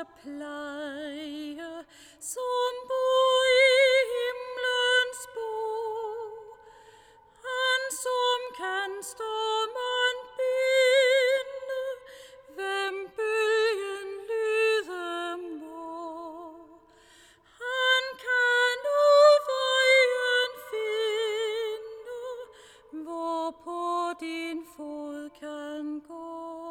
pleje, som bor i himlens bo. Han som kan stormen binde, hvem bølgen lyde må. Han kan nu vejen finde, hvorpå din fod kan gå.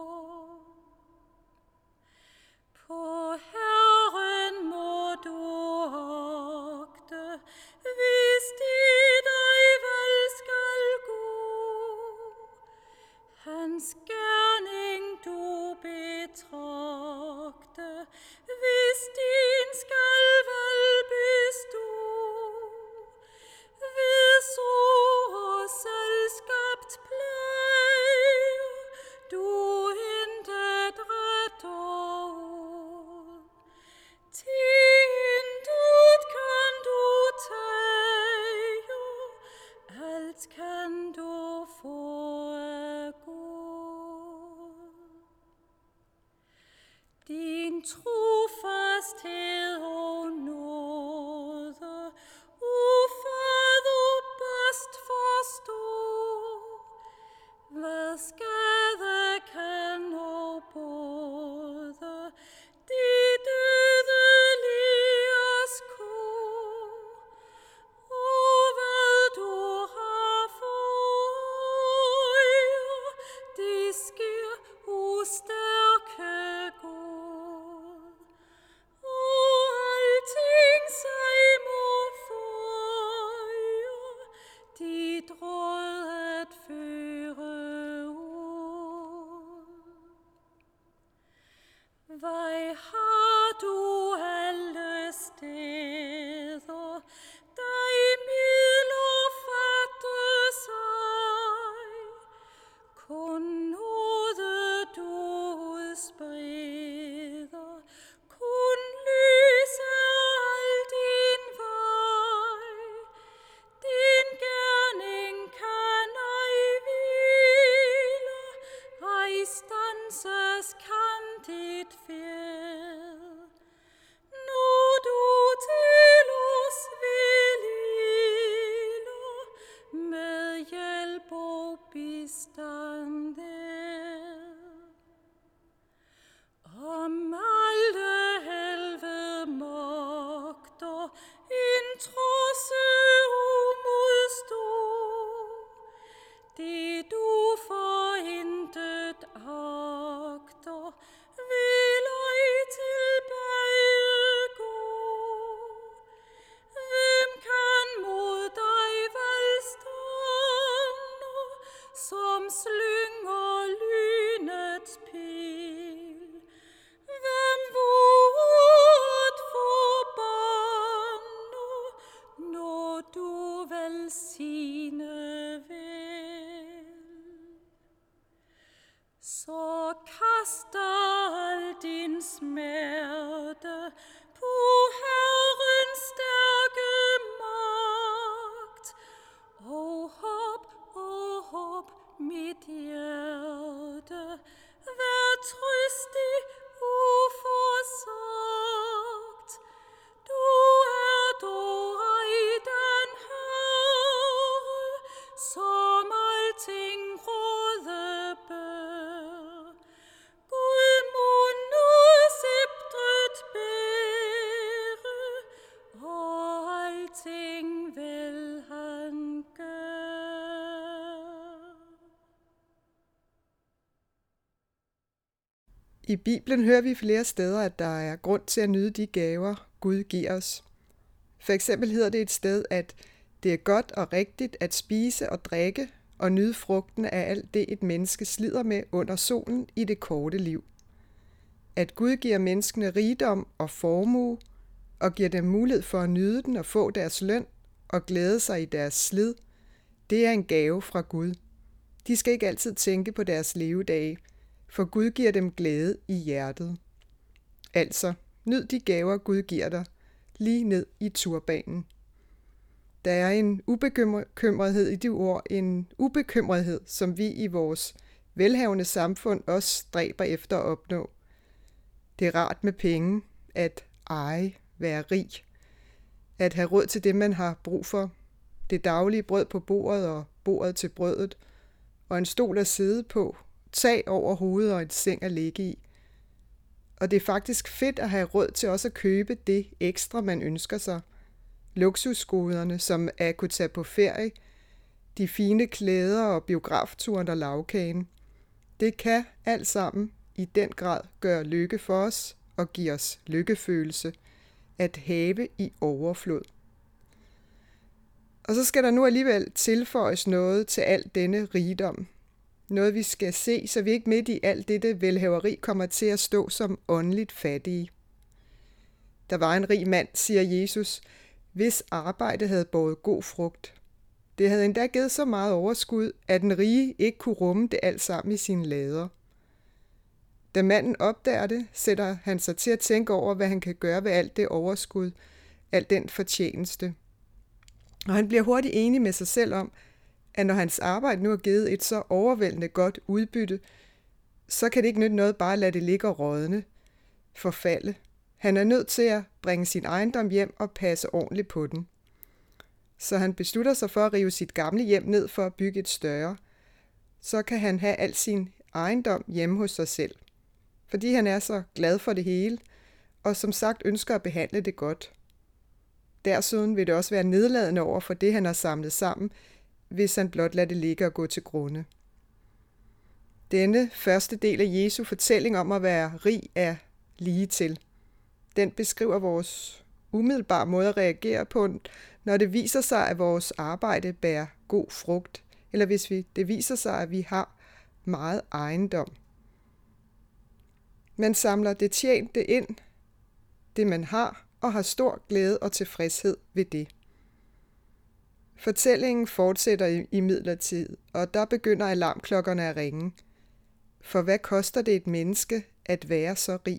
På Herren må du agte, hvis det dig vel skal gå. Hans gerning du betragte, hvis din skal vel bestå. Ved så selskabt pleje, du intet ret ud. Intet kan du tage, alt kan du få af Gud. Din trofasthed og nåde, o Fader, bedst forstå. Hvad skade kan og både de dødeliges kår, og hvad du har for øje, det sker o stærke Gud. Og alting sig må føje, dit råd at føre ud. Hvad har du alle steder, dig midler fatte sig? Kun nåde du udspreder, kun lyser al din vej. Din gerning kan ej hvile, ej standses kan dit fjeld. Når du til os vililer, med hjælp og bistand der. Om alle helvede magter en trosse umodstå, det du forintet agter, vil ej tilbage gå. Hvem kan mod dig vel stande, som slynger lynets pil? Hvem våget forbande, når du velsigne vil? Så kaster al din smerte på Herrens stærke magt. Og hop, mit hjerte, vær trøstig uforsagt. Du er dog ej den Herre, som alting råde bør. Gud må nu sceptret bære, og alting vil han gøre. I Bibelen hører vi flere steder, at der er grund til at nyde de gaver, Gud giver os. For eksempel hedder det et sted, at det er godt og rigtigt at spise og drikke og nyde frugten af alt det, et menneske slider med under solen i det korte liv. At Gud giver menneskene rigdom og formue og giver dem mulighed for at nyde den og få deres løn og glæde sig i deres slid, det er en gave fra Gud. De skal ikke altid tænke på deres levedage, for Gud giver dem glæde i hjertet. Altså, nyd de gaver, Gud giver dig, lige ned i turbanen. Der er en ubekymrethed i de ord, en ubekymrethed, som vi i vores velhavende samfund også stræber efter at opnå. Det er rart med penge, at eje, være rig, at have råd til det, man har brug for, det daglige brød på bordet og bordet til brødet, og en stol at sidde på, tag over hovedet og en seng at ligge i. Og det er faktisk fedt at have råd til også at købe det ekstra, man ønsker sig. Luksusgoderne, som at kunne tage på ferie, de fine klæder og biografturen og lagkagen. Det kan alt sammen i den grad gøre lykke for os og give os lykkefølelse at have i overflod. Og så skal der nu alligevel tilføjes noget til al denne rigdom. Noget vi skal se, så vi ikke midt i alt dette velhaveri kommer til at stå som åndeligt fattige. Der var en rig mand, siger Jesus, hvis arbejde havde båret god frugt. Det havde endda givet så meget overskud, at den rige ikke kunne rumme det alt sammen i sine lader. Da manden opdager det, sætter han sig til at tænke over, hvad han kan gøre ved alt det overskud, al den fortjeneste. Og han bliver hurtigt enig med sig selv om, at når hans arbejde nu har givet et så overvældende godt udbytte, så kan det ikke nytte noget bare at lade det ligge og rådne, forfalde. Han er nødt til at bringe sin ejendom hjem og passe ordentligt på den. Så han beslutter sig for at rive sit gamle hjem ned for at bygge et større. Så kan han have al sin ejendom hjemme hos sig selv. Fordi han er så glad for det hele, og som sagt ønsker at behandle det godt. Desuden vil det også være nedladende over for det, han har samlet sammen, hvis han blot lader det ligge og gå til grunde. Denne første del af Jesu fortælling om at være rig er lige til. Den beskriver vores umiddelbare måde at reagere på, når det viser sig, at vores arbejde bærer god frugt, eller hvis det viser sig, at vi har meget ejendom. Man samler det tjente ind, det man har, og har stor glæde og tilfredshed ved det. Fortællingen fortsætter imidlertid, og der begynder alarmklokkerne at ringe. For hvad koster det et menneske at være så rig?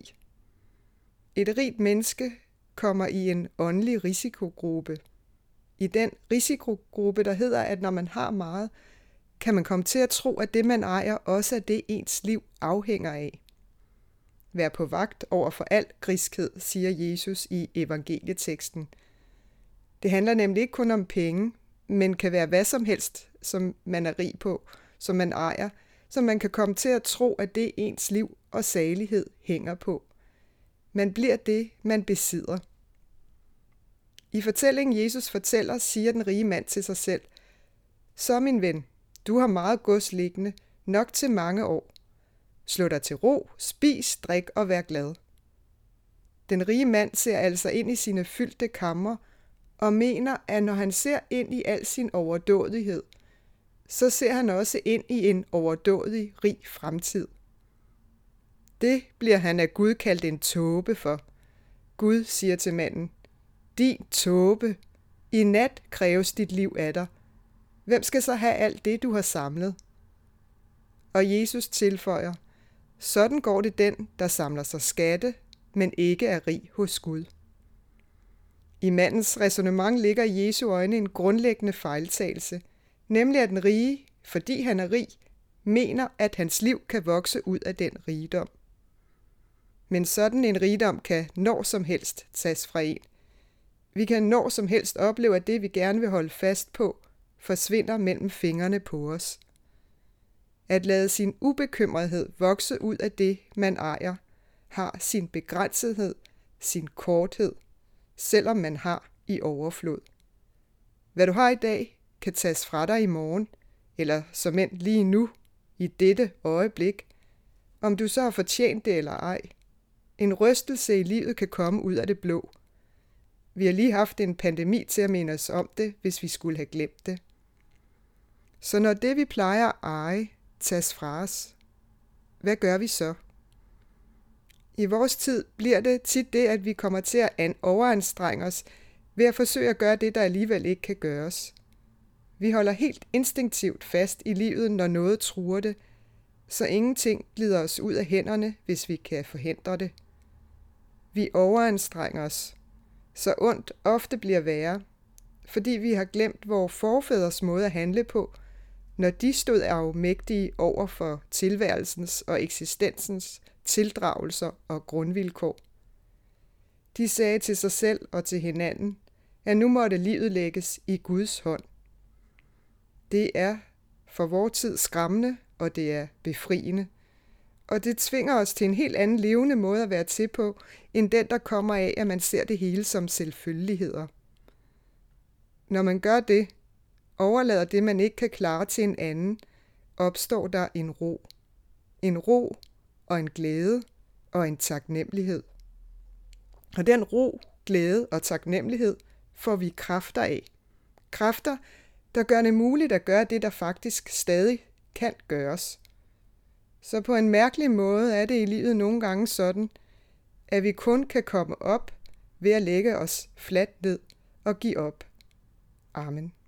Et rigt menneske kommer i en åndelig risikogruppe. I den risikogruppe, der hedder, at når man har meget, kan man komme til at tro, at det man ejer også er det ens liv afhænger af. Vær på vagt over for al griskhed, siger Jesus i evangelieteksten. Det handler nemlig ikke kun om penge, men kan være hvad som helst, som man er rig på, som man ejer, som man kan komme til at tro, at det ens liv og salighed hænger på. Man bliver det, man besidder. I fortællingen Jesus fortæller, siger den rige mand til sig selv, så min ven, du har meget gods liggende, nok til mange år. Slå dig til ro, spis, drik og vær glad. Den rige mand ser altså ind i sine fyldte kamre og mener, at når han ser ind i al sin overdådighed, så ser han også ind i en overdådig, rig fremtid. Det bliver han af Gud kaldt en tåbe for. Gud siger til manden, din tåbe, i nat kræves dit liv af dig. Hvem skal så have alt det, du har samlet? Og Jesus tilføjer, sådan går det den, der samler sig skatte, men ikke er rig hos Gud. I mandens ræsonnement ligger i Jesu øjne en grundlæggende fejltagelse, nemlig at den rige, fordi han er rig, mener, at hans liv kan vokse ud af den rigdom. Men sådan en rigdom kan når som helst tages fra en. Vi kan når som helst opleve, at det, vi gerne vil holde fast på, forsvinder mellem fingrene på os. At lade sin ubekymrethed vokse ud af det, man ejer, har sin begrænsethed, sin korthed, selvom man har i overflod. Hvad du har i dag, kan tages fra dig i morgen, eller såmænd lige nu, i dette øjeblik, om du så har fortjent det eller ej. En rystelse i livet kan komme ud af det blå. Vi har lige haft en pandemi til at minde os om det, hvis vi skulle have glemt det. Så når det, vi plejer at eje, tages fra os, hvad gør vi så? I vores tid bliver det tit det, at vi kommer til at overanstrenge os ved at forsøge at gøre det, der alligevel ikke kan gøres. Vi holder helt instinktivt fast i livet, når noget truer det, så ingenting glider os ud af hænderne, hvis vi kan forhindre det. Vi overanstrenger os, så ondt ofte bliver værre, fordi vi har glemt vores forfædres måde at handle på, når de stod afmægtige over for tilværelsens og eksistensens tildragelser og grundvilkår. De sagde til sig selv og til hinanden, at nu måtte livet lægges i Guds hånd. Det er for vor tid skræmmende, og det er befriende. Og det tvinger os til en helt anden levende måde at være til på, end den, der kommer af, at man ser det hele som selvfølgeligheder. Når man gør det, overlader det, man ikke kan klare til en anden, opstår der en ro. En ro og en glæde og en taknemmelighed. Og den ro, glæde og taknemmelighed får vi kræfter af. Kræfter, der gør det muligt at gøre det, der faktisk stadig kan gøres. Så på en mærkelig måde er det i livet nogle gange sådan, at vi kun kan komme op ved at lægge os fladt ned og give op. Amen.